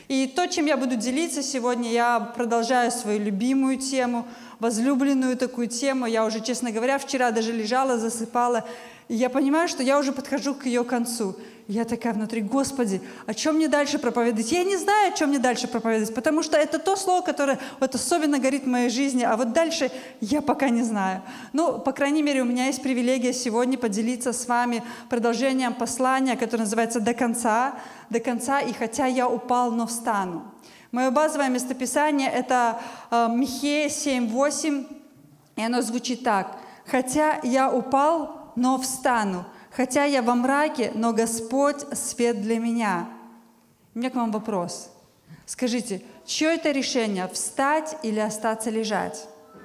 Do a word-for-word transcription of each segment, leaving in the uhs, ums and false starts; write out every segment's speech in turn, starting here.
И то, чем я буду делиться сегодня, я продолжаю свою любимую тему, возлюбленную такую тему. Я уже, честно говоря, вчера даже лежала, засыпала, и я понимаю, что я уже подхожу к ее концу. И я такая внутри: Господи, о чем мне дальше проповедовать? Я не знаю, о чем мне дальше проповедовать, потому что это то слово, которое вот особенно горит в моей жизни, а вот дальше я пока не знаю. Ну, по крайней мере, у меня есть привилегия сегодня поделиться с вами продолжением послания, которое называется «До конца», «До конца, и хотя я упал, но встану». Мое базовое местописание – это э, Михея семь восемь, и оно звучит так: «Хотя я упал, но встану, хотя я во мраке, но Господь свет для меня». У меня к вам вопрос. Скажите, чье это решение – встать или остаться лежать?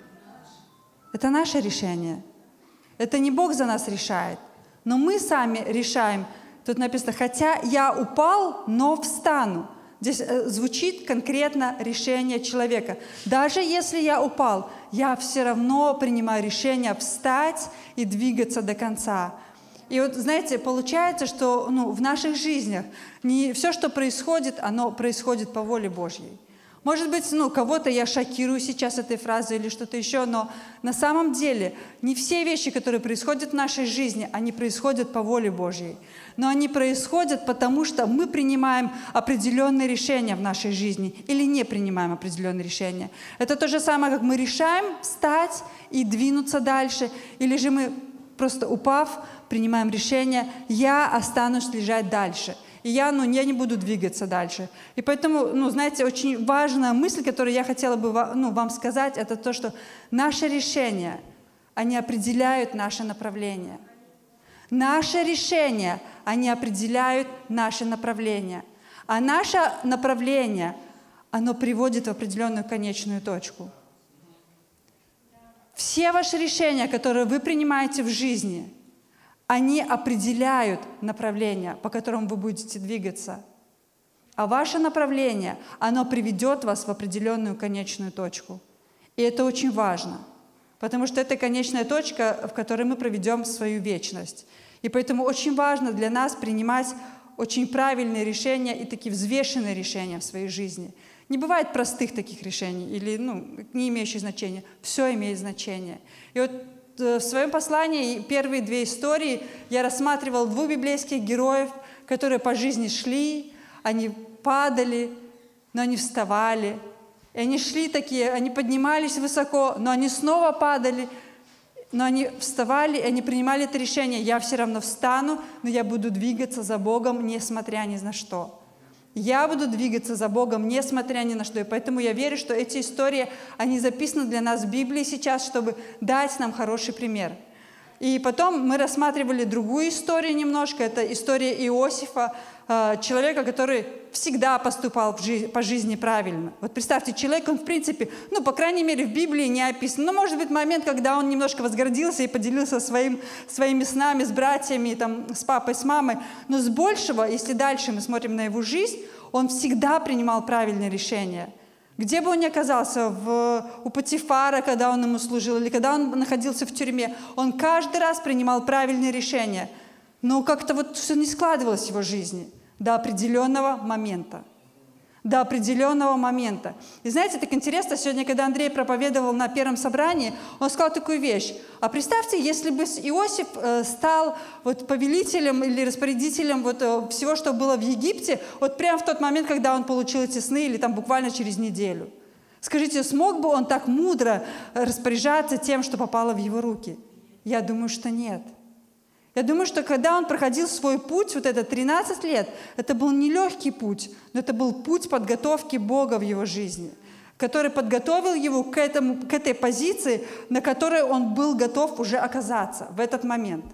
Это наше решение. Это не Бог за нас решает, но мы сами решаем. Тут написано: «Хотя я упал, но встану». Здесь звучит конкретно решение человека. Даже если я упал, я все равно принимаю решение встать и двигаться до конца. И вот, знаете, получается, что ну, в наших жизнях не все, что происходит, оно происходит по воле Божьей. Может быть, ну, кого-то я шокирую сейчас этой фразой или что-то еще, но на самом деле не все вещи, которые происходят в нашей жизни, они происходят по воле Божьей. Но они происходят, потому что мы принимаем определенные решения в нашей жизни или не принимаем определенные решения. Это то же самое, как мы решаем встать и двинуться дальше, или же мы, просто упав, принимаем решение: я останусь лежать дальше. И я, ну, я не буду двигаться дальше. И поэтому, ну, знаете, очень важная мысль, которую я хотела бы ну, вам сказать, это то, что наши решения, они определяют наше направление. Наши решения, они определяют наше направление. А наше направление, оно приводит в определенную конечную точку. Все ваши решения, которые вы принимаете в жизни, они определяют направление, по которому вы будете двигаться. А ваше направление, оно приведет вас в определенную конечную точку. И это очень важно, потому что это конечная точка, в которой мы проведем свою вечность. И поэтому очень важно для нас принимать очень правильные решения и такие взвешенные решения в своей жизни. Не бывает простых таких решений или ну, не имеющих значения. Все имеет значение. И вот в своем послании первые две истории я рассматривала двух библейских героев, которые по жизни шли, они падали, но они вставали. И они шли такие, они поднимались высоко, но они снова падали, но они вставали, и они принимали это решение: я все равно встану, но я буду двигаться за Богом, несмотря ни на что. Я буду двигаться за Богом, несмотря ни на что. И поэтому я верю, что эти истории, они записаны для нас в Библии сейчас, чтобы дать нам хороший пример. И потом мы рассматривали другую историю немножко. Это история Иосифа, человека, который всегда поступал по жизни правильно. Вот представьте, человек, он в принципе, ну, по крайней мере, в Библии не описан. Но может быть момент, когда он немножко возгордился и поделился своим, своими снами с братьями, там, с папой, с мамой. Но с большего, если дальше мы смотрим на его жизнь, он всегда принимал правильные решения. Где бы он ни оказался, в, у Потифара, когда он ему служил, или когда он находился в тюрьме, он каждый раз принимал правильные решения. Но как-то вот все не складывалось в его жизни до определенного момента. До определенного момента. И знаете, так интересно, сегодня, когда Андрей проповедовал на первом собрании, он сказал такую вещь. А представьте, если бы Иосиф стал вот повелителем или распорядителем вот всего, что было в Египте, вот прямо в тот момент, когда он получил эти сны, или там буквально через неделю. Скажите, смог бы он так мудро распоряжаться тем, что попало в его руки? Я думаю, что нет. Я думаю, что когда он проходил свой путь, вот это тринадцать лет, это был нелегкий путь, но это был путь подготовки Бога в его жизни, который подготовил его к, этому, к этой позиции, на которой он был готов уже оказаться в этот момент.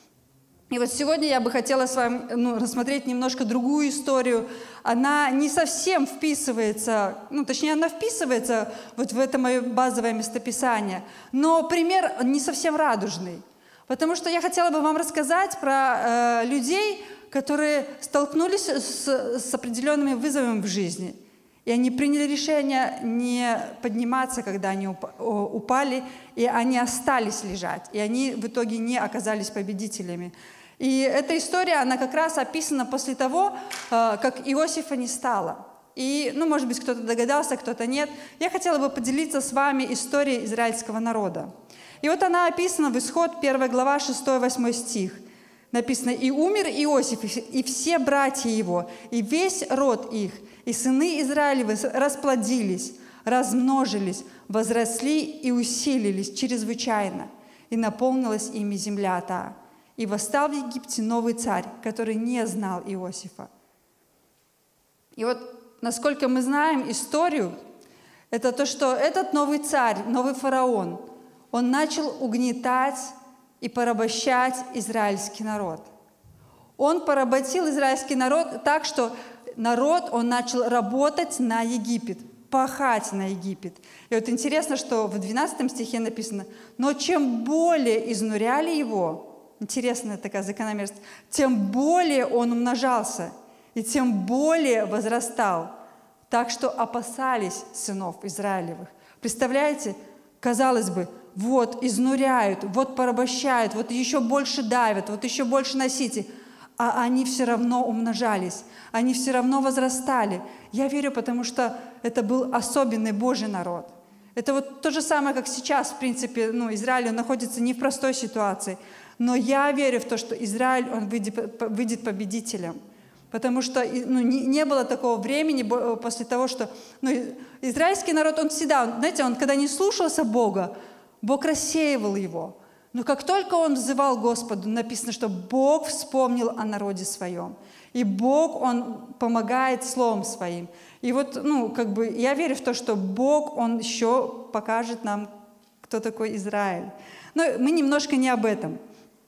И вот сегодня я бы хотела с вами ну, рассмотреть немножко другую историю. Она не совсем вписывается, ну, точнее, она вписывается вот в это мое базовое местописание, но пример не совсем радужный. Потому что я хотела бы вам рассказать про э, людей, которые столкнулись с, с определенными вызовами в жизни. И они приняли решение не подниматься, когда они упали, и они остались лежать. И они в итоге не оказались победителями. И эта история, она как раз описана после того, как Иосифа не стало. И, ну, может быть, кто-то догадался, кто-то нет. Я хотела бы поделиться с вами историей израильского народа. И вот она описана в Исход, первая глава, шестой-восьмой стих. Написано: «И умер Иосиф, и все братья его, и весь род их, и сыны Израилевы расплодились, размножились, возросли и усилились чрезвычайно, и наполнилась ими земля та. И восстал в Египте новый царь, который не знал Иосифа». И вот, насколько мы знаем историю, это то, что этот новый царь, новый фараон, он начал угнетать и порабощать израильский народ. Он поработил израильский народ так, что народ, он начал работать на Египет, пахать на Египет. И вот интересно, что в двенадцатом стихе написано: «Но чем более изнуряли его», интересная такая закономерность, «тем более он умножался, и тем более возрастал, так что опасались сынов Израилевых». Представляете, казалось бы, вот изнуряют, вот порабощают, вот еще больше давят, вот еще больше носите. А они все равно умножались, они все равно возрастали. Я верю, потому что это был особенный Божий народ. Это вот то же самое, как сейчас, в принципе, ну, Израиль, он находится не в простой ситуации. Но я верю в то, что Израиль, он выйдет, выйдет победителем. Потому что ну, не, не было такого времени после того, что ну, израильский народ, он всегда, знаете, он когда не слушался Бога, Бог рассеивал его. Но как только он взывал Господу, написано, что Бог вспомнил о народе своем. И Бог, Он помогает Словом Своим. И вот, ну, как бы, я верю в то, что Бог, Он еще покажет нам, кто такой Израиль. Но мы немножко не об этом.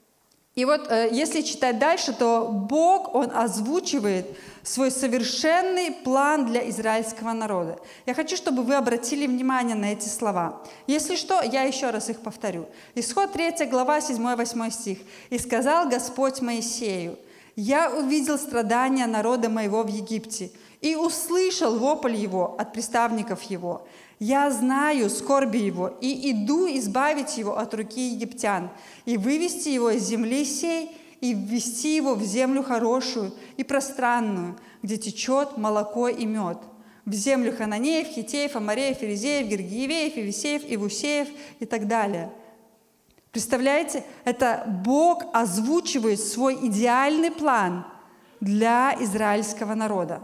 И вот, если читать дальше, то Бог, Он озвучивает свой совершенный план для израильского народа. Я хочу, чтобы вы обратили внимание на эти слова. Если что, я еще раз их повторю. Исход третья глава, седьмой-восьмой стих. «И сказал Господь Моисею: я увидел страдания народа моего в Египте, и услышал вопль его от приставников его. Я знаю скорби его, и иду избавить его от руки египтян, и вывести его из земли сей, и ввести его в землю хорошую и пространную, где течет молоко и мед, в землю хананеев, хитеев, амореев, ферезеев, гиргиевеев, ивисеев, ивусеев и так далее». Представляете, это Бог озвучивает свой идеальный план для израильского народа.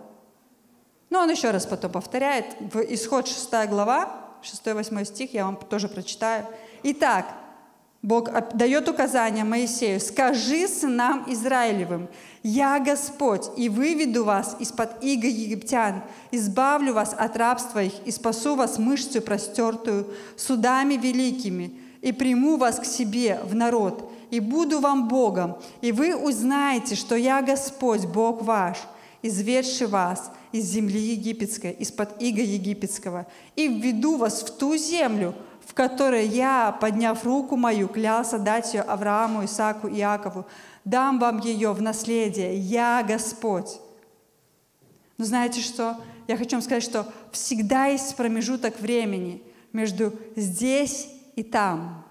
Но он еще раз потом повторяет, в Исход шестая глава, шестой-восьмой стих, я вам тоже прочитаю. «Итак, Бог дает указание Моисею: скажи сынам Израилевым: я Господь, и выведу вас из-под иго египтян, избавлю вас от рабства их, и спасу вас мышцу простертую, судами великими, и приму вас к себе в народ, и буду вам Богом, и вы узнаете, что я Господь, Бог ваш, изведший вас из земли египетской, из-под ига египетского, и введу вас в ту землю, в которой я, подняв руку мою, клялся дать ее Аврааму, Исааку и Иакову, дам вам ее в наследие, я Господь». Но знаете что? Я хочу вам сказать, что всегда есть промежуток времени между здесь и там.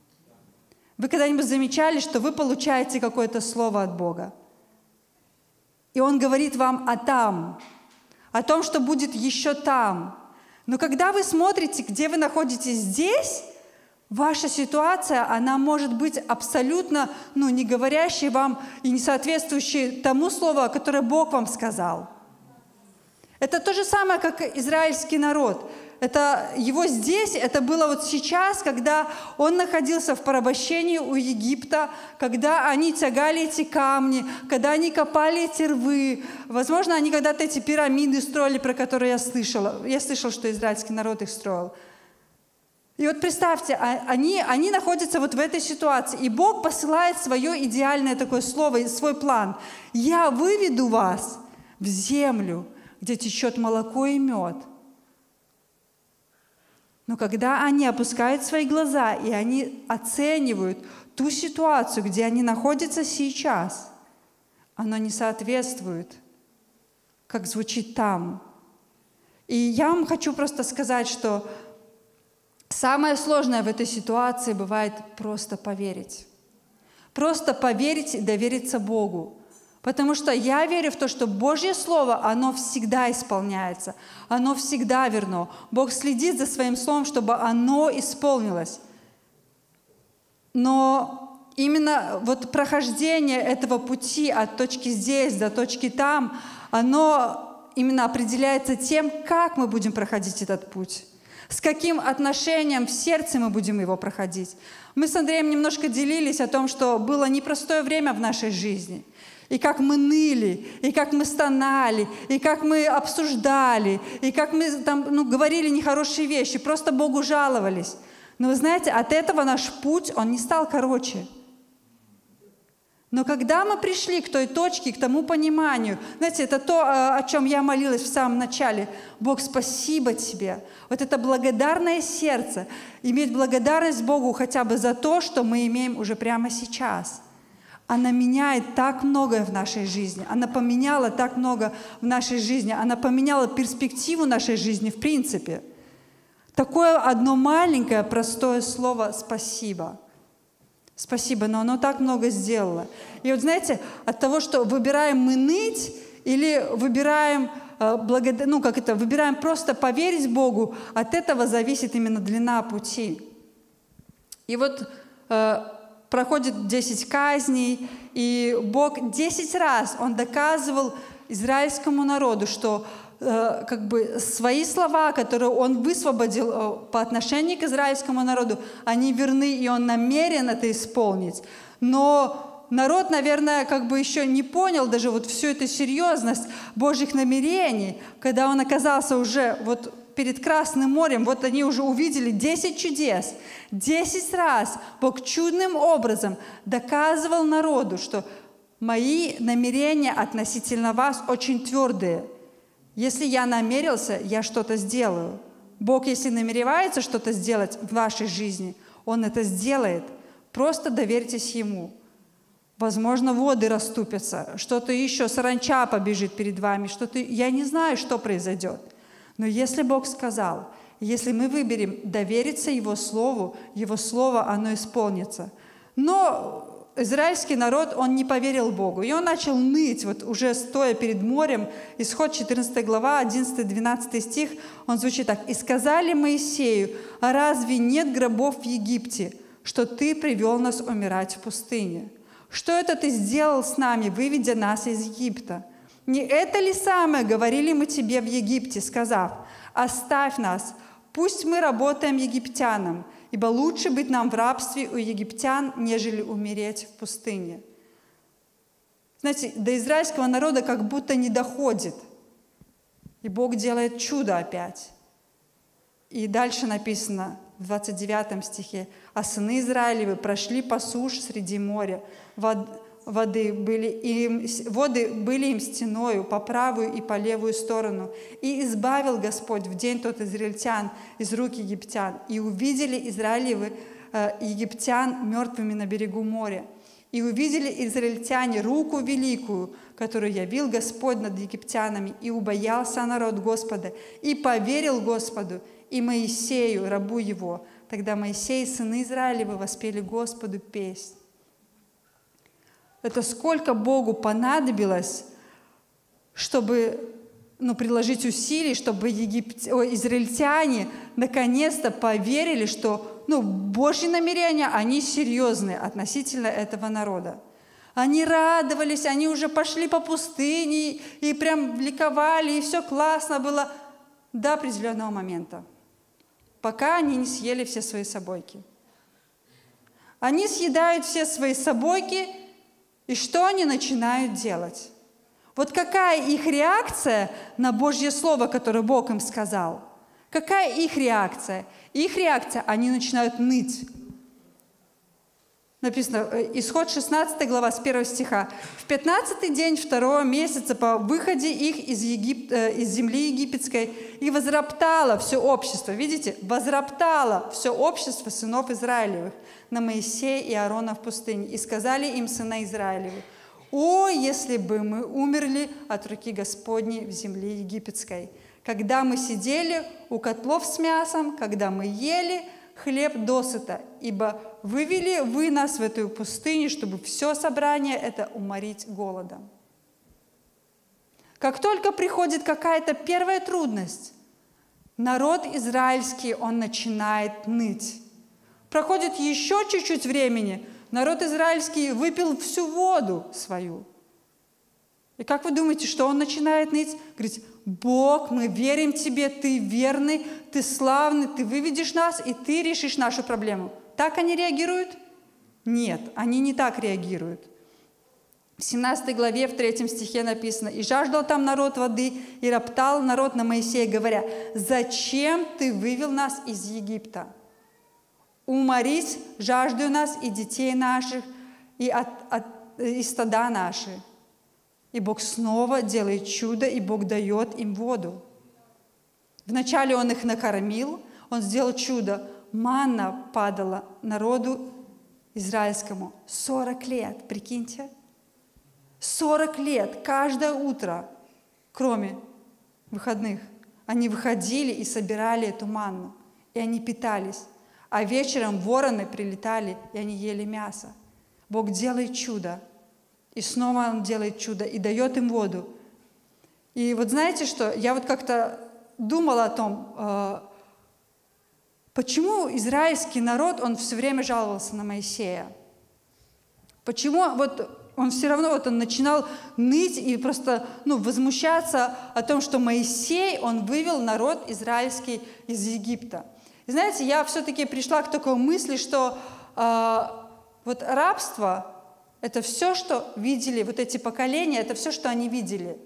Вы когда-нибудь замечали, что вы получаете какое-то слово от Бога? И Он говорит вам о там, о том, что будет еще там. Но когда вы смотрите, где вы находитесь здесь, ваша ситуация, она может быть абсолютно ну, не говорящей вам и не соответствующей тому слову, которое Бог вам сказал. Это то же самое, как израильский народ. Это его здесь, это было вот сейчас, когда он находился в порабощении у Египта, когда они тягали эти камни, когда они копали эти рвы. Возможно, они когда-то эти пирамиды строили, про которые я слышала. Я слышала, что израильский народ их строил. И вот представьте, они, они находятся вот в этой ситуации, и Бог посылает свое идеальное такое слово, свой план. «Я выведу вас в землю, где течет молоко и мед». Но когда они опускают свои глаза, и они оценивают ту ситуацию, где они находятся сейчас, она не соответствует, как звучит там. И я вам хочу просто сказать, что самое сложное в этой ситуации бывает просто поверить. Просто поверить и довериться Богу. Потому что я верю в то, что Божье Слово, оно всегда исполняется, оно всегда верно. Бог следит за Своим Словом, чтобы оно исполнилось. Но именно вот прохождение этого пути от точки здесь до точки там, оно именно определяется тем, как мы будем проходить этот путь, с каким отношением в сердце мы будем его проходить. Мы с Андреем немножко делились о том, что было непростое время в нашей жизни, и как мы ныли, и как мы стонали, и как мы обсуждали, и как мы там, ну, говорили нехорошие вещи, просто Богу жаловались. Но вы знаете, от этого наш путь, он не стал короче. Но когда мы пришли к той точке, к тому пониманию, знаете, это то, о чем я молилась в самом начале. Бог, спасибо Тебе. Вот это благодарное сердце, иметь благодарность Богу хотя бы за то, что мы имеем уже прямо сейчас. Она меняет так многое в нашей жизни. Она поменяла так много в нашей жизни. Она поменяла перспективу нашей жизни в принципе. Такое одно маленькое, простое слово «спасибо». Спасибо, но оно так много сделало. И вот знаете, от того, что выбираем мы ныть или выбираем, э, благод... ну, как это, выбираем просто поверить Богу, от этого зависит именно длина пути. И вот э, проходит десять казней, и Бог десять раз Он доказывал израильскому народу, что э, как бы свои слова, которые Он высвободил э, по отношению к израильскому народу, они верны, и Он намерен это исполнить. Но народ, наверное, как бы еще не понял даже вот всю эту серьезность Божьих намерений, когда он оказался уже вот перед Красным морем, вот они уже увидели десять чудес. Десять раз Бог чудным образом доказывал народу, что мои намерения относительно вас очень твердые. Если я намерился, я что-то сделаю. Бог, если намеревается что-то сделать в вашей жизни, Он это сделает. Просто доверьтесь Ему. Возможно, воды расступятся, что-то еще, саранча побежит перед вами, что-то, я не знаю, что произойдет. Но если Бог сказал, если мы выберем довериться Его Слову, Его Слово, оно исполнится. Но израильский народ, он не поверил Богу, и он начал ныть, вот уже стоя перед морем. Исход четырнадцатая глава, одиннадцатый-двенадцатый стих, он звучит так. «И сказали Моисею, а разве нет гробов в Египте, что ты привел нас умирать в пустыне? Что это ты сделал с нами, выведя нас из Египта? Не это ли самое говорили мы тебе в Египте, сказав, оставь нас, пусть мы работаем египтянам, ибо лучше быть нам в рабстве у египтян, нежели умереть в пустыне». Знаете, до израильского народа как будто не доходит. И Бог делает чудо опять. И дальше написано в двадцать девятом стихе, «А сыны Израилевы прошли по суше среди моря, воды были им, воды были им стеною по правую и по левую сторону. И избавил Господь в день тот израильтян из рук египтян. И увидели Израилевы э, египтян мертвыми на берегу моря. И увидели израильтяне руку великую, которую явил Господь над египтянами. И убоялся народ Господа, и поверил Господу, и Моисею, рабу его. Тогда Моисей и сыны Израилевы воспели Господу песнь». Это сколько Богу понадобилось, чтобы ну, приложить усилий, чтобы египт... Ой, израильтяне наконец-то поверили, что ну, Божьи намерения, они серьезные относительно этого народа. Они радовались, они уже пошли по пустыне и прям ликовали, и все классно было до определенного момента, пока они не съели все свои собойки. Они съедают все свои собойки, и что они начинают делать? Вот какая их реакция на Божье Слово, которое Бог им сказал? Какая их реакция? Их реакция, они начинают ныть. Написано, Исход шестнадцатая глава, с первого стиха. «В пятнадцатый день второго месяца по выходе их из, Егип... из земли египетской и возроптало все общество». Видите? Возроптало все общество сынов Израилевых на Моисея и Аарона в пустыне. И сказали им сына Израилевы: «О, если бы мы умерли от руки Господней в земле египетской, когда мы сидели у котлов с мясом, когда мы ели хлеб досыта, ибо вывели вы нас в эту пустыню, чтобы все собрание это уморить голодом». Как только приходит какая-то первая трудность, народ израильский, он начинает ныть. Проходит еще чуть-чуть времени, народ израильский выпил всю воду свою. И как вы думаете, что он начинает ныть? Говорит: Бог, мы верим Тебе, Ты верный, Ты славный, Ты выведешь нас, и Ты решишь нашу проблему. Так они реагируют? Нет, они не так реагируют. В семнадцатой главе, в третьем стихе написано: «И жаждал там народ воды, и роптал народ на Моисея, говоря: зачем Ты вывел нас из Египта? Уморись жаждою нас и детей наших, и, от, от, и стада наши». И Бог снова делает чудо, и Бог дает им воду. Вначале Он их накормил, Он сделал чудо. Манна падала народу израильскому сорок лет, прикиньте. сорок лет, каждое утро, кроме выходных, они выходили и собирали эту манну, и они питались. А вечером вороны прилетали, и они ели мясо. Бог делает чудо. И снова Он делает чудо и дает им воду. И вот знаете что? Я вот как-то думала о том, э, почему израильский народ, он все время жаловался на Моисея. Почему вот он все равно вот он начинал ныть и просто ну, возмущаться о том, что Моисей, он вывел народ израильский из Египта. И знаете, я все-таки пришла к такой мысли, что э, вот рабство — это все, что видели, вот эти поколения, это все, что они видели.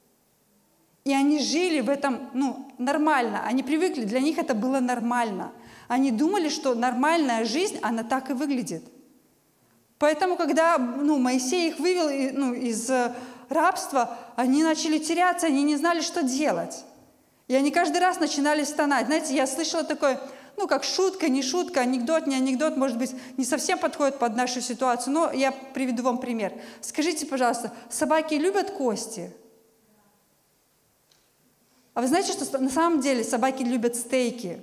И они жили в этом, ну, нормально. Они привыкли, для них это было нормально. Они думали, что нормальная жизнь, она так и выглядит. Поэтому, когда ну, Моисей их вывел ну, из рабства, они начали теряться, они не знали, что делать. И они каждый раз начинали стонать. Знаете, я слышала такое... Ну, как шутка, не шутка, анекдот, не анекдот, может быть, не совсем подходит под нашу ситуацию, но я приведу вам пример. Скажите, пожалуйста, собаки любят кости? А вы знаете, что на самом деле собаки любят стейки?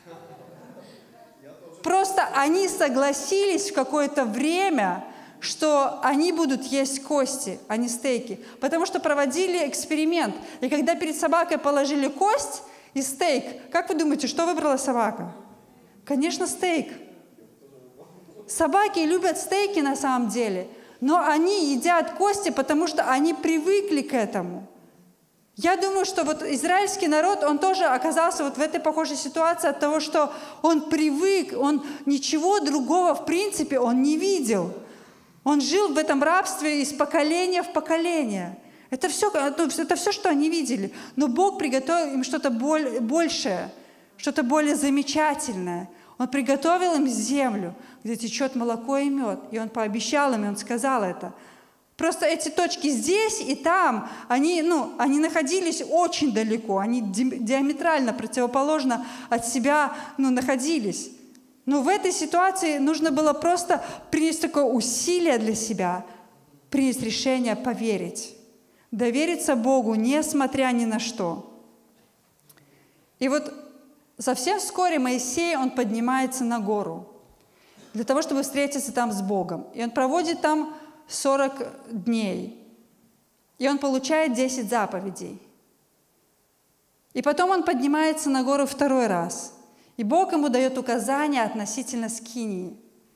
Просто они согласились в какое-то время, что они будут есть кости, а не стейки, потому что проводили эксперимент. И когда перед собакой положили кость и стейк, как вы думаете, что выбрала собака? Конечно, стейк. Собаки любят стейки на самом деле, но они едят кости, потому что они привыкли к этому. Я думаю, что вот израильский народ, он тоже оказался вот в этой похожей ситуации от того, что он привык, он ничего другого в принципе он не видел. Он жил в этом рабстве из поколения в поколение. Это все, это все, что они видели. Но Бог приготовил им что-то большее, что-то более замечательное. Он приготовил им землю, где течет молоко и мед. И Он пообещал им, и Он сказал это. Просто эти точки здесь и там, они, ну, они находились очень далеко, они диаметрально противоположно от себя ну, находились. Но в этой ситуации нужно было просто принять такое усилие для себя, принять решение поверить. Довериться Богу, несмотря ни на что. И вот совсем вскоре Моисей, он поднимается на гору для того, чтобы встретиться там с Богом. И он проводит там сорок дней. И он получает десять заповедей. И потом он поднимается на гору второй раз. И Бог ему дает указания относительно скинии.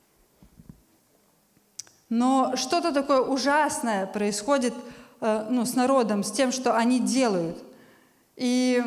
Но что-то такое ужасное происходит ну, с народом, с тем, что они делают. И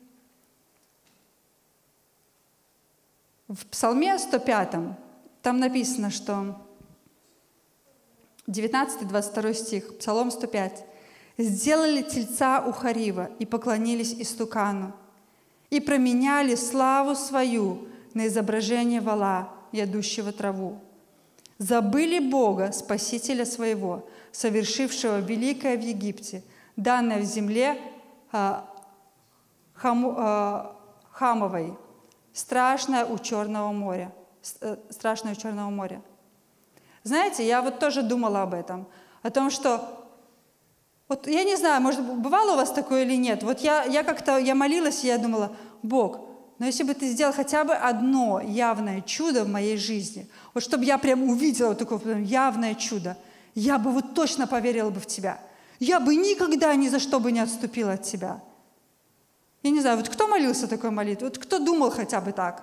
в Псалме сто пятом там написано, что девятнадцатый двадцать второй стих, Псалом сто пять. «Сделали тельца у Харива и поклонились истукану, и променяли славу свою на изображение вола, ядущего траву. Забыли Бога, Спасителя своего, совершившего великое в Египте, данное в земле а, хам, а, Хамовой, страшное у Черного моря». Страшное у Черного моря. Знаете, я вот тоже думала об этом, о том, что вот я не знаю, может, бывало у вас такое или нет. Вот я, я как-то, я молилась, и я думала: Бог, но если бы Ты сделал хотя бы одно явное чудо в моей жизни, вот чтобы я прям увидела вот такое явное чудо, я бы вот точно поверила бы в Тебя. Я бы никогда ни за что бы не отступил от тебя. Я не знаю, вот кто молился такой молитвой? Вот кто думал хотя бы так?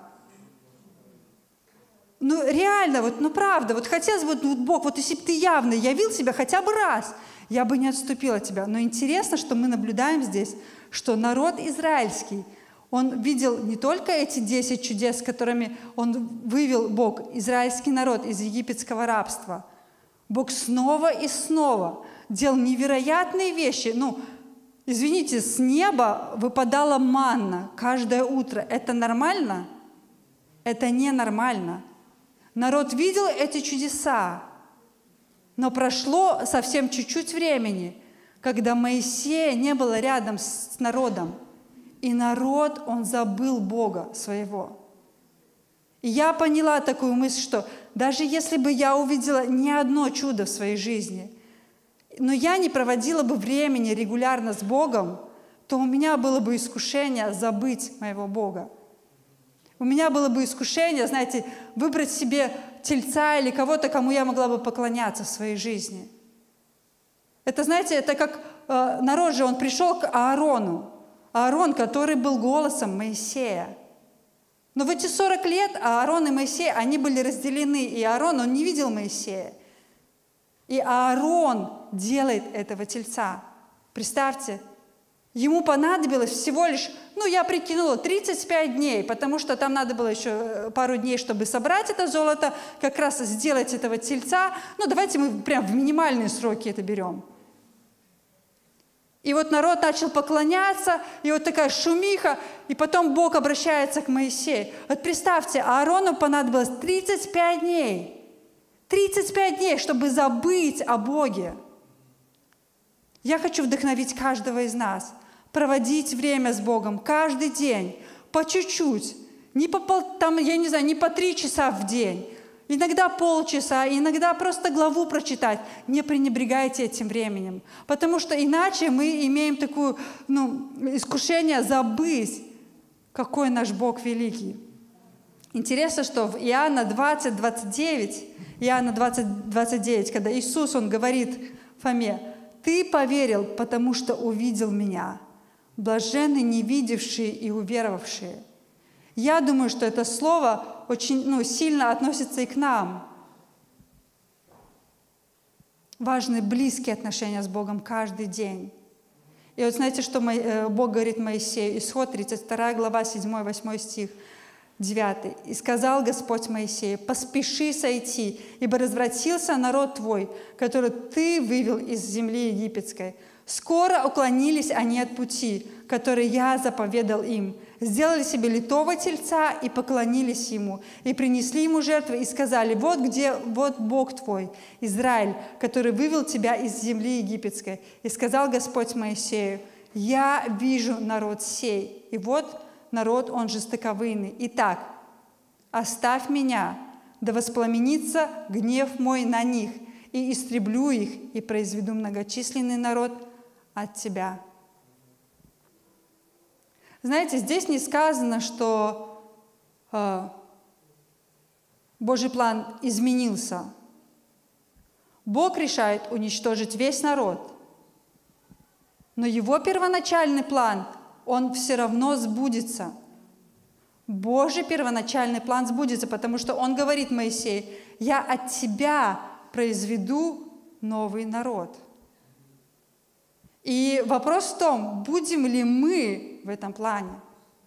Ну, реально, вот, ну, правда, вот хотелось бы, вот, Бог, вот если бы ты явно явил себя хотя бы раз, я бы не отступил от тебя. Но интересно, что мы наблюдаем здесь, что народ израильский, он видел не только эти десять чудес, которыми он вывел, Бог, израильский народ из египетского рабства. Бог снова и снова делал невероятные вещи. Ну, извините, с неба выпадала манна каждое утро. Это нормально? Это ненормально. Народ видел эти чудеса, но прошло совсем чуть-чуть времени, когда Моисея не было рядом с народом, и народ, он забыл Бога своего. И я поняла такую мысль, что даже если бы я увидела не одно чудо в своей жизни, но я не проводила бы времени регулярно с Богом, то у меня было бы искушение забыть моего Бога. У меня было бы искушение, знаете, выбрать себе тельца или кого-то, кому я могла бы поклоняться в своей жизни. Это, знаете, это как э, народ же, он пришел к Аарону. Аарон, который был голосом Моисея. Но в эти сорок лет Аарон и Моисей, они были разделены. И Аарон, он не видел Моисея. И Аарон делает этого тельца. Представьте, ему понадобилось всего лишь, ну, я прикинула, тридцать пять дней, потому что там надо было еще пару дней, чтобы собрать это золото, как раз сделать этого тельца. Ну, давайте мы прям в минимальные сроки это берем. И вот народ начал поклоняться, и вот такая шумиха, и потом Бог обращается к Моисею. Вот представьте, Аарону понадобилось тридцать пять дней. тридцать пять дней, чтобы забыть о Боге. Я хочу вдохновить каждого из нас, проводить время с Богом каждый день, по чуть-чуть, не по, пол, там, я не знаю, не по три часа в день, иногда полчаса, иногда просто главу прочитать. Не пренебрегайте этим временем, потому что иначе мы имеем такое ну, искушение забыть, какой наш Бог великий. Интересно, что в Иоанна двадцать, двадцать девять, Иоанна двадцать, двадцать девять, когда Иисус, Он говорит Фоме: «Ты поверил, потому что увидел Меня. Блаженны невидевшие и уверовавшие». Я думаю, что это слово очень ну, сильно относится и к нам. Важны близкие отношения с Богом каждый день. И вот знаете, что Бог говорит Моисею? Исход, тридцать вторая глава, седьмой-восьмой стих, девятый. «И сказал Господь Моисею: поспеши сойти, ибо развратился народ твой, который ты вывел из земли египетской. Скоро уклонились они от пути, который я заповедал им. Сделали себе литого тельца и поклонились ему, и принесли ему жертвы, и сказали: вот где, вот Бог твой, Израиль, который вывел тебя из земли египетской. И сказал Господь Моисею: я вижу народ сей, и вот народ, он жестоковыйный. Итак, оставь меня, да воспламенится гнев мой на них, и истреблю их, и произведу многочисленный народ от тебя». Знаете, здесь не сказано, что э, Божий план изменился. Бог решает уничтожить весь народ, но его первоначальный план, он все равно сбудется. Божий первоначальный план сбудется, потому что он говорит Моисею: я от тебя произведу новый народ. И вопрос в том, будем ли мы в этом плане.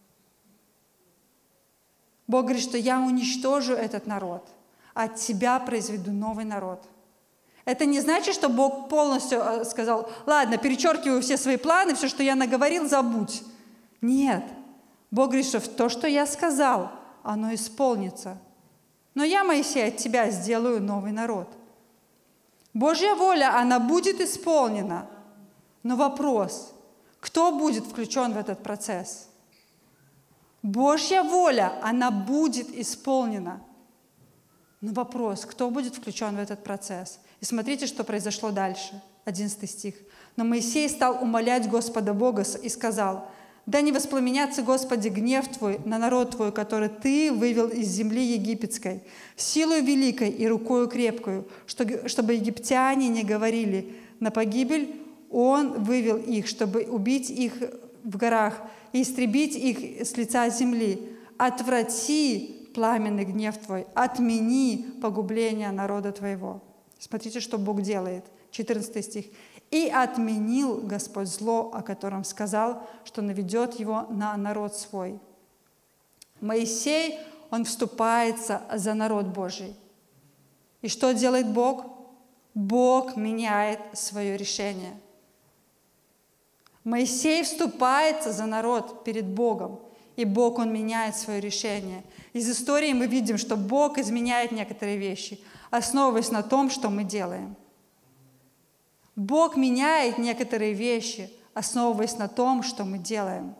Бог говорит, что я уничтожу этот народ, а от тебя произведу новый народ. Это не значит, что Бог полностью сказал: ладно, перечеркиваю все свои планы, все, что я наговорил, забудь. Нет. Бог говорит, что то, что я сказал, оно исполнится. Но я, Моисей, от тебя сделаю новый народ. Божья воля, она будет исполнена. Но вопрос, кто будет включен в этот процесс? Божья воля, она будет исполнена. Но вопрос, кто будет включен в этот процесс? И смотрите, что произошло дальше. одиннадцатый стих. «Но Моисей стал умолять Господа Бога и сказал: да не воспламенятся, Господи, гнев Твой на народ Твой, который Ты вывел из земли египетской, силою великой и рукою крепкою, чтобы египтяне не говорили: на погибель Он вывел их, чтобы убить их в горах и истребить их с лица земли. Отврати пламенный гнев Твой, отмени погубление народа Твоего». Смотрите, что Бог делает. четырнадцатый стих. «И отменил Господь зло, о котором сказал, что наведет его на народ свой». Моисей, он вступается за народ Божий. И что делает Бог? Бог меняет свое решение. Моисей вступается за народ перед Богом, и Бог, Он меняет свое решение. Из истории мы видим, что Бог изменяет некоторые вещи, основываясь на том, что мы делаем. Бог меняет некоторые вещи, основываясь на том, что мы делаем.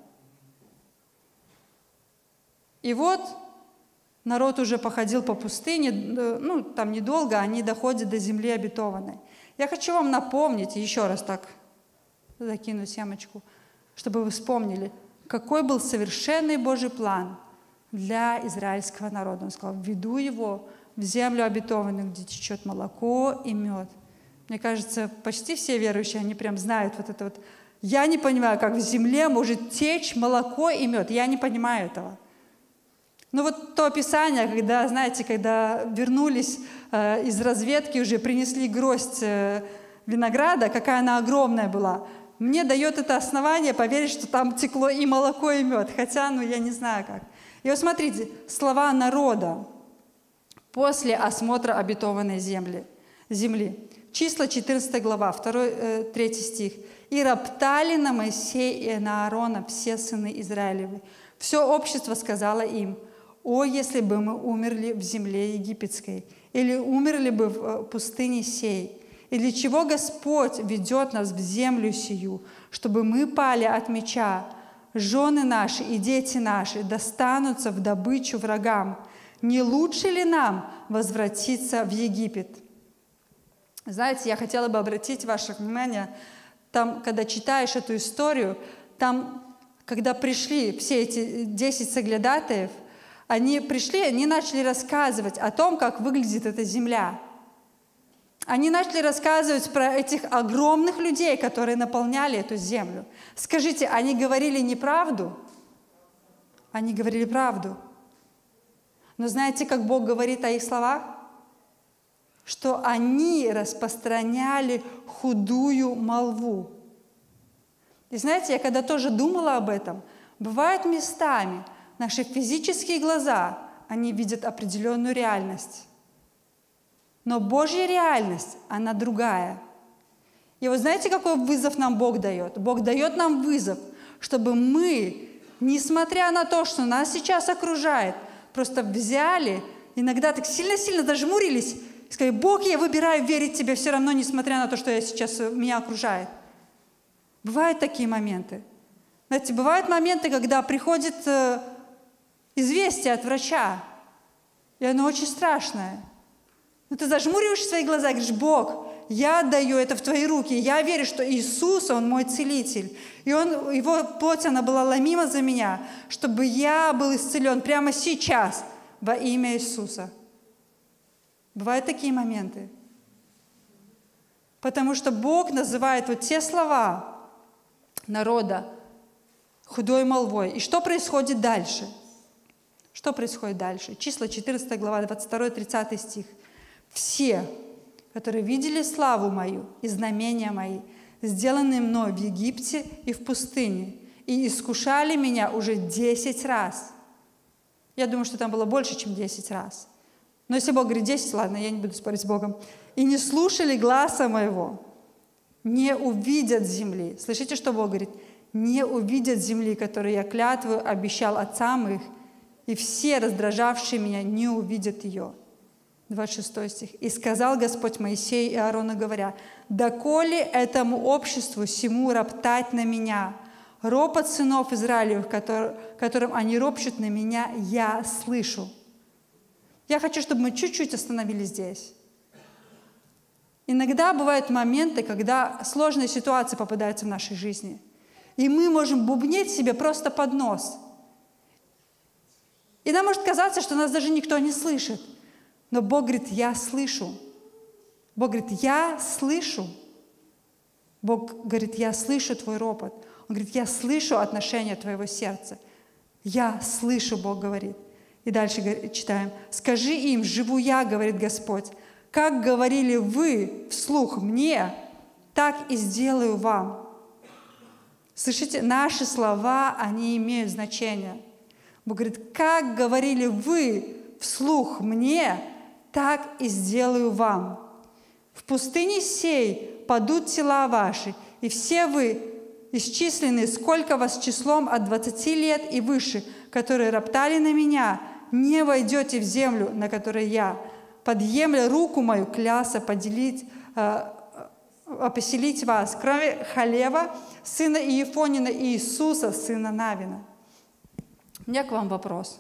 И вот народ уже походил по пустыне, ну, там недолго, они доходят до земли обетованной. Я хочу вам напомнить, еще раз так закину семечку, чтобы вы вспомнили, какой был совершенный Божий план для израильского народа. Он сказал: «Введу его в землю обетованную, где течет молоко и мед». Мне кажется, почти все верующие, они прям знают вот это вот. Я не понимаю, как в земле может течь молоко и мед. Я не понимаю этого. Ну вот то описание, когда, знаете, когда вернулись э, из разведки, уже принесли гроздь э, винограда, какая она огромная была, мне дает это основание поверить, что там текло и молоко, и мед. Хотя, ну, я не знаю как. И вот смотрите, слова народа после осмотра обетованной земли. земли. Числа четырнадцатая глава, второй, третий стих. «И роптали на Моисея и на Аарона все сыны Израилевы. Все общество сказало им: о, если бы мы умерли в земле египетской, или умерли бы в пустыне сей! И для чего Господь ведет нас в землю сию, чтобы мы пали от меча? Жены наши и дети наши достанутся в добычу врагам. Не лучше ли нам возвратиться в Египет?» Знаете, я хотела бы обратить ваше внимание, там, когда читаешь эту историю, там, когда пришли все эти десять соглядатаев, они пришли, они начали рассказывать о том, как выглядит эта земля. Они начали рассказывать про этих огромных людей, которые наполняли эту землю. Скажите, они говорили неправду? Они говорили правду. Но знаете, как Бог говорит о их словах? Что они распространяли худую молву. И знаете, я когда тоже думала об этом, бывают местами наши физические глаза, они видят определенную реальность. Но Божья реальность, она другая. И вот знаете, какой вызов нам Бог дает? Бог дает нам вызов, чтобы мы, несмотря на то, что нас сейчас окружает, просто взяли, иногда так сильно-сильно зажмурились и сказали: «Бог, я выбираю верить Тебе все равно, несмотря на то, что я сейчас, меня окружает». Бывают такие моменты. Знаете, бывают моменты, когда приходит э, известие от врача, и оно очень страшное. Но ты зажмуриваешь свои глаза и говоришь: «Бог, я отдаю это в Твои руки, я верю, что Иисус, Он мой целитель, и он, Его плоть, она была ломима за меня, чтобы я был исцелен прямо сейчас во имя Иисуса». Бывают такие моменты. Потому что Бог называет вот те слова народа худой молвой. И что происходит дальше? Что происходит дальше? Числа четырнадцатая глава, двадцать второй тридцатый стих. «Все, которые видели славу мою и знамения мои, сделанные мной в Египте и в пустыне, и искушали меня уже десять раз». Я думаю, что там было больше, чем десять раз. Но если Бог говорит десять, ладно, я не буду спорить с Богом. «И не слушали гласа моего, не увидят земли». Слышите, что Бог говорит? «Не увидят земли, которую я клятву обещал отцам их, и все, раздражавшие меня, не увидят ее». двадцать шестой стих. «И сказал Господь Моисею и Аарону, говоря: доколе этому обществу сему роптать на меня? Ропот сынов Израилевых, который, которым они ропщут на меня, я слышу». Я хочу, чтобы мы чуть-чуть остановились здесь. Иногда бывают моменты, когда сложные ситуации попадаются в нашей жизни, и мы можем бубнить себе просто под нос. И нам может казаться, что нас даже никто не слышит. Но Бог говорит: я слышу. Бог говорит: я слышу. Бог говорит, я слышу твой ропот. Он говорит, я слышу отношение твоего сердца. Я слышу, Бог говорит. И дальше читаем. Скажи им, живу я, говорит Господь, как говорили вы вслух мне, так и сделаю вам. Слышите, наши слова, они имеют значение. Бог говорит, как говорили вы вслух мне, так и сделаю вам. В пустыне сей падут тела ваши, и все вы исчислены, сколько вас числом от двадцати лет и выше, которые роптали на меня, не войдете в землю, на которой я, подъемля руку мою, кляса поделить, э, поселить вас, кроме Халева, сына Иефонина, и Иисуса, сына Навина. У меня к вам вопрос.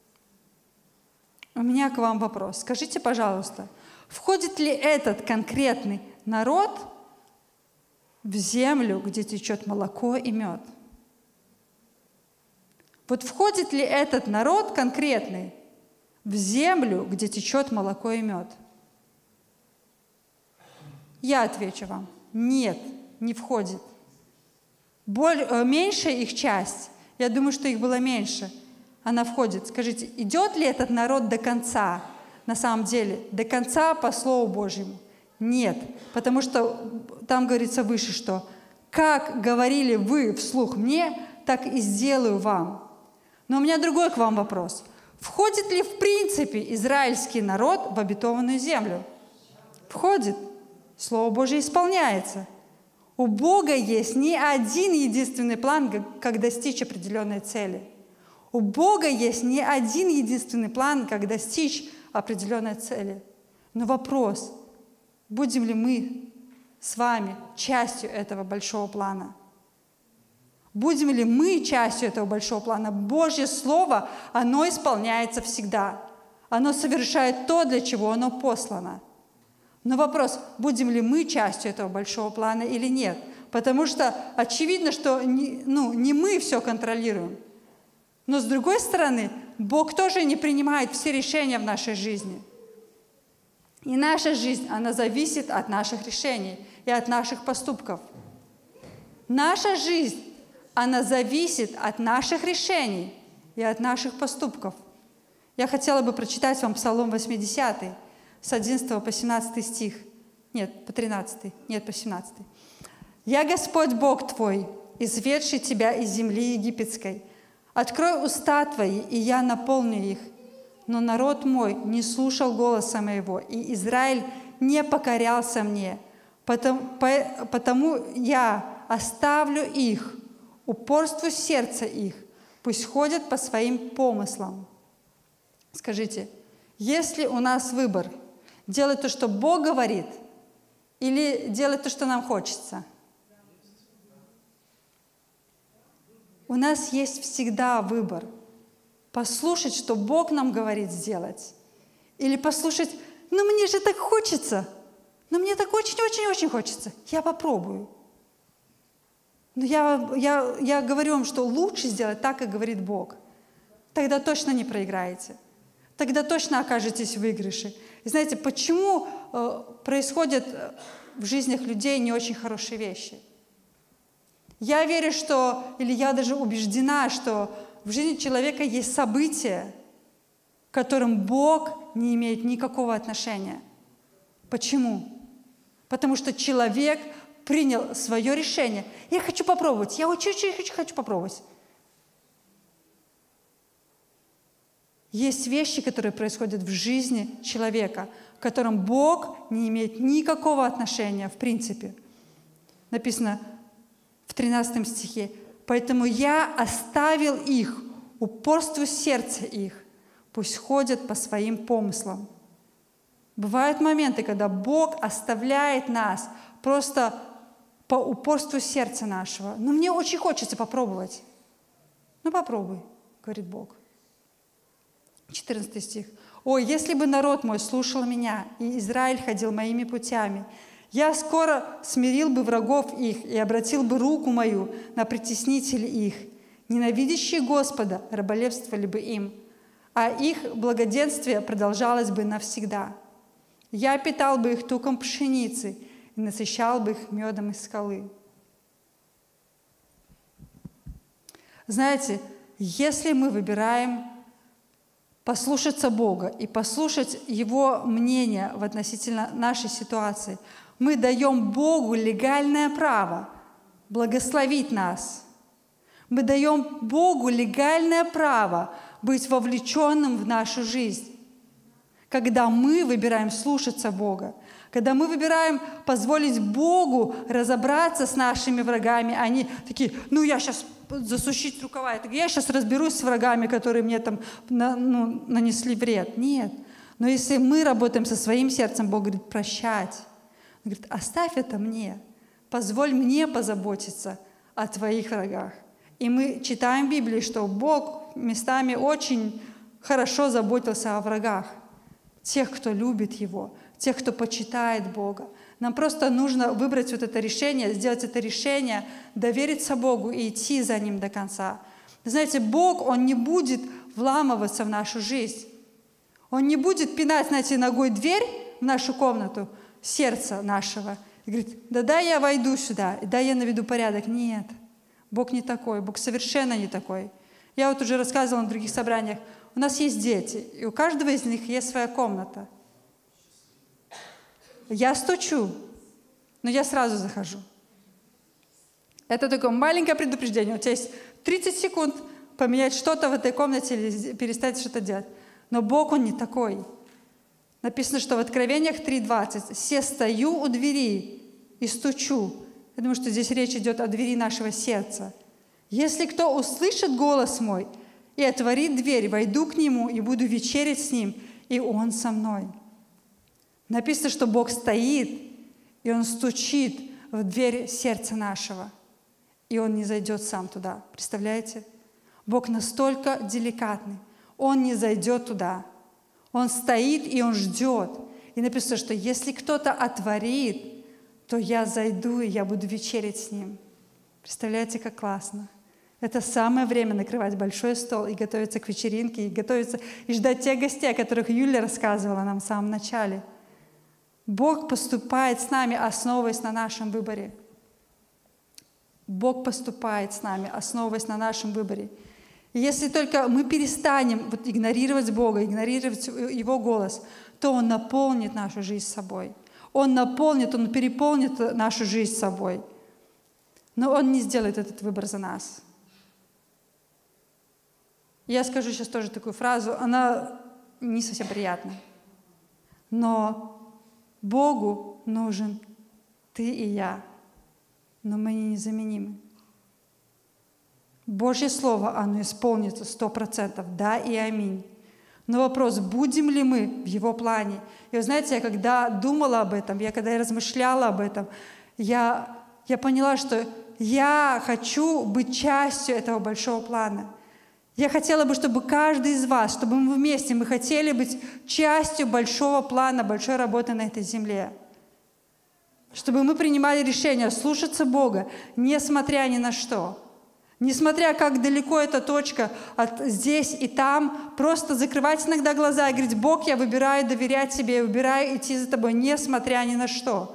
У меня к вам вопрос. Скажите, пожалуйста, входит ли этот конкретный народ в землю, где течет молоко и мед? Вот входит ли этот народ конкретный в землю, где течет молоко и мед? Я отвечу вам. Нет, не входит. Боль, меньшая их часть, я думаю, что их было меньше, она входит. Скажите, идет ли этот народ до конца? На самом деле, до конца по Слову Божьему? Нет, потому что там говорится выше, что «как говорили вы вслух мне, так и сделаю вам». Но у меня другой к вам вопрос. Входит ли в принципе израильский народ в обетованную землю? Входит. Слово Божье исполняется. У Бога есть не один единственный план, как достичь определенной цели. У Бога есть не один единственный план, как достичь определенной цели. Но вопрос, будем ли мы с вами частью этого большого плана? Будем ли мы частью этого большого плана? Божье Слово, оно исполняется всегда. Оно совершает то, для чего оно послано. Но вопрос, будем ли мы частью этого большого плана или нет? Потому что очевидно, что не, ну, не мы все контролируем. Но с другой стороны, Бог тоже не принимает все решения в нашей жизни. И наша жизнь, она зависит от наших решений и от наших поступков. Наша жизнь, она зависит от наших решений и от наших поступков. Я хотела бы прочитать вам Псалом восьмидесятый, с одиннадцатого по семнадцатый стих. Нет, по тринадцатый. Нет, по семнадцатый. «Я Господь Бог твой, изведший тебя из земли египетской. Открой уста твои, и я наполню их. Но народ мой не слушал голоса моего, и Израиль не покорялся мне. Потому, по, потому я оставлю их, упорству сердца их, пусть ходят по своим помыслам». Скажите, есть ли у нас выбор? Делать то, что Бог говорит, или делать то, что нам хочется? У нас есть всегда выбор. Послушать, что Бог нам говорит сделать. Или послушать, ну мне же так хочется, ну мне так очень-очень-очень хочется, я попробую. Но я, я, я говорю вам, что лучше сделать так, как говорит Бог. Тогда точно не проиграете. Тогда точно окажетесь в выигрыше. И знаете, почему э, происходят в жизнях людей не очень хорошие вещи? Я верю, что, или я даже убеждена, что в жизни человека есть события, к которым Бог не имеет никакого отношения. Почему? Потому что человек принял свое решение. Я хочу попробовать, я очень-очень хочу попробовать. Есть вещи, которые происходят в жизни человека, к которым Бог не имеет никакого отношения в принципе. Написано в тринадцатом стихе: «Поэтому я оставил их, упорству сердца их, пусть ходят по своим помыслам». Бывают моменты, когда Бог оставляет нас просто по упорству сердца нашего. Но мне очень хочется попробовать. Ну попробуй, говорит Бог. четырнадцатый стих. «Ой, если бы народ мой слушал меня, и Израиль ходил моими путями, я скоро смирил бы врагов их и обратил бы руку мою на притеснителей их. Ненавидящие Господа раболепствовали бы им, а их благоденствие продолжалось бы навсегда. Я питал бы их туком пшеницы, и насыщал бы их медом из скалы. Знаете, если мы выбираем послушаться Бога и послушать Его мнение в относительно нашей ситуации, мы даем Богу легальное право благословить нас. Мы даем Богу легальное право быть вовлеченным в нашу жизнь. Когда мы выбираем слушаться Бога, когда мы выбираем позволить Богу разобраться с нашими врагами, они такие, ну я сейчас засучить рукава, я сейчас разберусь с врагами, которые мне там на, ну, нанесли вред. Нет. Но если мы работаем со своим сердцем, Бог говорит, прощать. Он говорит, оставь это мне, позволь мне позаботиться о твоих врагах. И мы читаем в Библии, что Бог местами очень хорошо заботился о врагах, тех, кто любит Его, тех, кто почитает Бога. Нам просто нужно выбрать вот это решение, сделать это решение, довериться Богу и идти за Ним до конца. Знаете, Бог, Он не будет вламываться в нашу жизнь. Он не будет пинать, знаете, ногой дверь в нашу комнату, сердце нашего, и говорит, да дай я войду сюда, да я наведу порядок. Нет, Бог не такой, Бог совершенно не такой. Я вот уже рассказывала на других собраниях, у нас есть дети, и у каждого из них есть своя комната. Я стучу, но я сразу захожу. Это такое маленькое предупреждение. У тебя есть тридцать секунд поменять что-то в этой комнате или перестать что-то делать. Но Бог, Он не такой. Написано, что в Откровениях три двадцать «Се стою у двери и стучу». Я думаю, что здесь речь идет о двери нашего сердца. «Если кто услышит голос мой и отворит дверь, войду к нему и буду вечерять с ним, и он со мной». Написано, что Бог стоит, и Он стучит в дверь сердца нашего, и Он не зайдет сам туда. Представляете? Бог настолько деликатный. Он не зайдет туда. Он стоит, и Он ждет. И написано, что если кто-то отворит, то я зайду, и я буду вечерять с Ним. Представляете, как классно? Это самое время накрывать большой стол и готовиться к вечеринке, и готовиться, и ждать тех гостей, о которых Юля рассказывала нам в самом начале. Бог поступает с нами, основываясь на нашем выборе. Бог поступает с нами, основываясь на нашем выборе. И если только мы перестанем вот игнорировать Бога, игнорировать Его голос, то Он наполнит нашу жизнь собой. Он наполнит, Он переполнит нашу жизнь собой. Но Он не сделает этот выбор за нас. Я скажу сейчас тоже такую фразу, она не совсем приятная. Но Богу нужен ты и я, но мы незаменимы. Божье Слово, оно исполнится сто процентов, да и аминь. Но вопрос, будем ли мы в Его плане? И вы знаете, я когда думала об этом, я когда я размышляла об этом, я, я поняла, что я хочу быть частью этого большого плана. Я хотела бы, чтобы каждый из вас, чтобы мы вместе, мы хотели быть частью большого плана, большой работы на этой земле. Чтобы мы принимали решение слушаться Бога, несмотря ни на что. Несмотря, как далеко эта точка от здесь и там, просто закрывать иногда глаза и говорить, Бог, я выбираю доверять Тебе, я выбираю идти за Тобой, несмотря ни на что.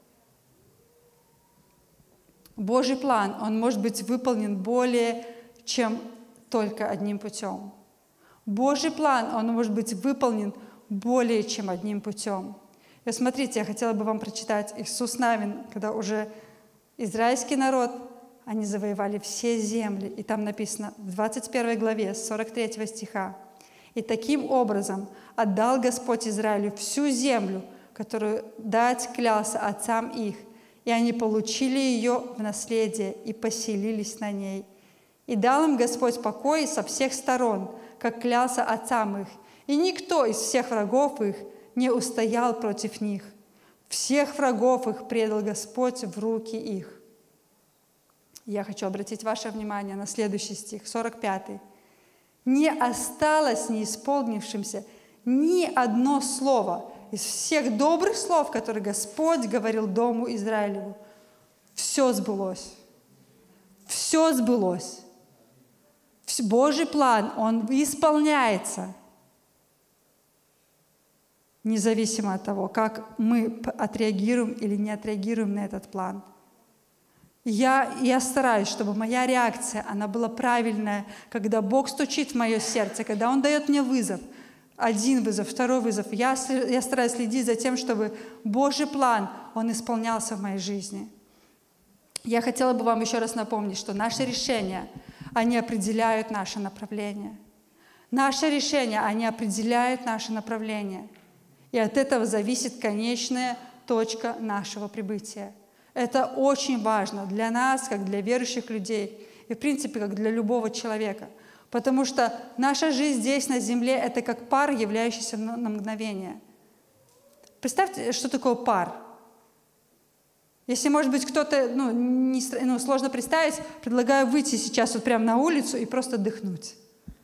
Божий план, он может быть выполнен более чем только одним путем. Божий план, он может быть выполнен более чем одним путем. И смотрите, я хотела бы вам прочитать Иисус Навин, когда уже израильский народ, они завоевали все земли. И там написано в двадцать первой главе, сорок третьего стиха. «И таким образом отдал Господь Израилю всю землю, которую дать клялся отцам их, и они получили ее в наследие и поселились на ней. И дал им Господь покой со всех сторон, как клялся отцам их, и никто из всех врагов их не устоял против них. Всех врагов их предал Господь в руки их». Я хочу обратить ваше внимание на следующий стих, сорок пятый. «Не осталось неисполнившимся ни одно слово из всех добрых слов, которые Господь говорил дому Израилеву. Все сбылось. Все сбылось. Божий план, он исполняется. независимо от того, как мы отреагируем или не отреагируем на этот план. Я, я стараюсь, чтобы моя реакция, она была правильная, когда Бог стучит в мое сердце, когда Он дает мне вызов, один вызов, второй вызов. Я, я стараюсь следить за тем, чтобы Божий план, он исполнялся в моей жизни. Я хотела бы вам еще раз напомнить, что наши решения, они определяют наше направление. Наши решения, они определяют наше направление. И от этого зависит конечная точка нашего прибытия. Это очень важно для нас, как для верующих людей, и, в принципе, как для любого человека. Потому что наша жизнь здесь, на земле, это как пар, являющийся на мгновение. Представьте, что такое пар. Если, может быть, кто-то, ну, не, ну, сложно представить, предлагаю выйти сейчас вот прямо на улицу и просто дыхнуть.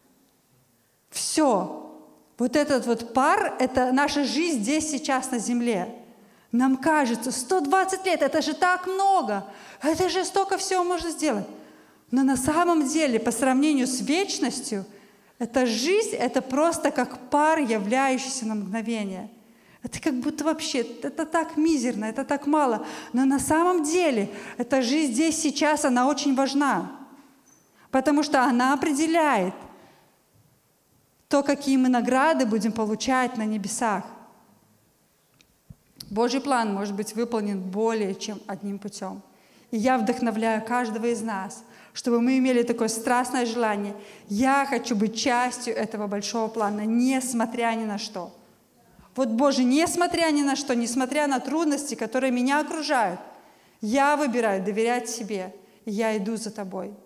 Все. Вот этот вот пар – это наша жизнь здесь, сейчас, на земле. Нам кажется, сто двадцать лет – это же так много, это же столько всего можно сделать. Но на самом деле, по сравнению с вечностью, эта жизнь – это просто как пар, являющийся на мгновение. Это как будто вообще, это так мизерно, это так мало. Но на самом деле, эта жизнь здесь, сейчас, она очень важна. Потому что она определяет то, какие мы награды будем получать на небесах. Божий план может быть выполнен более чем одним путем. И я вдохновляю каждого из нас, чтобы мы имели такое страстное желание. Я хочу быть частью этого большого плана, несмотря ни на что. Вот, Боже, несмотря ни на что, несмотря на трудности, которые меня окружают, я выбираю доверять себе, и я иду за Тобой.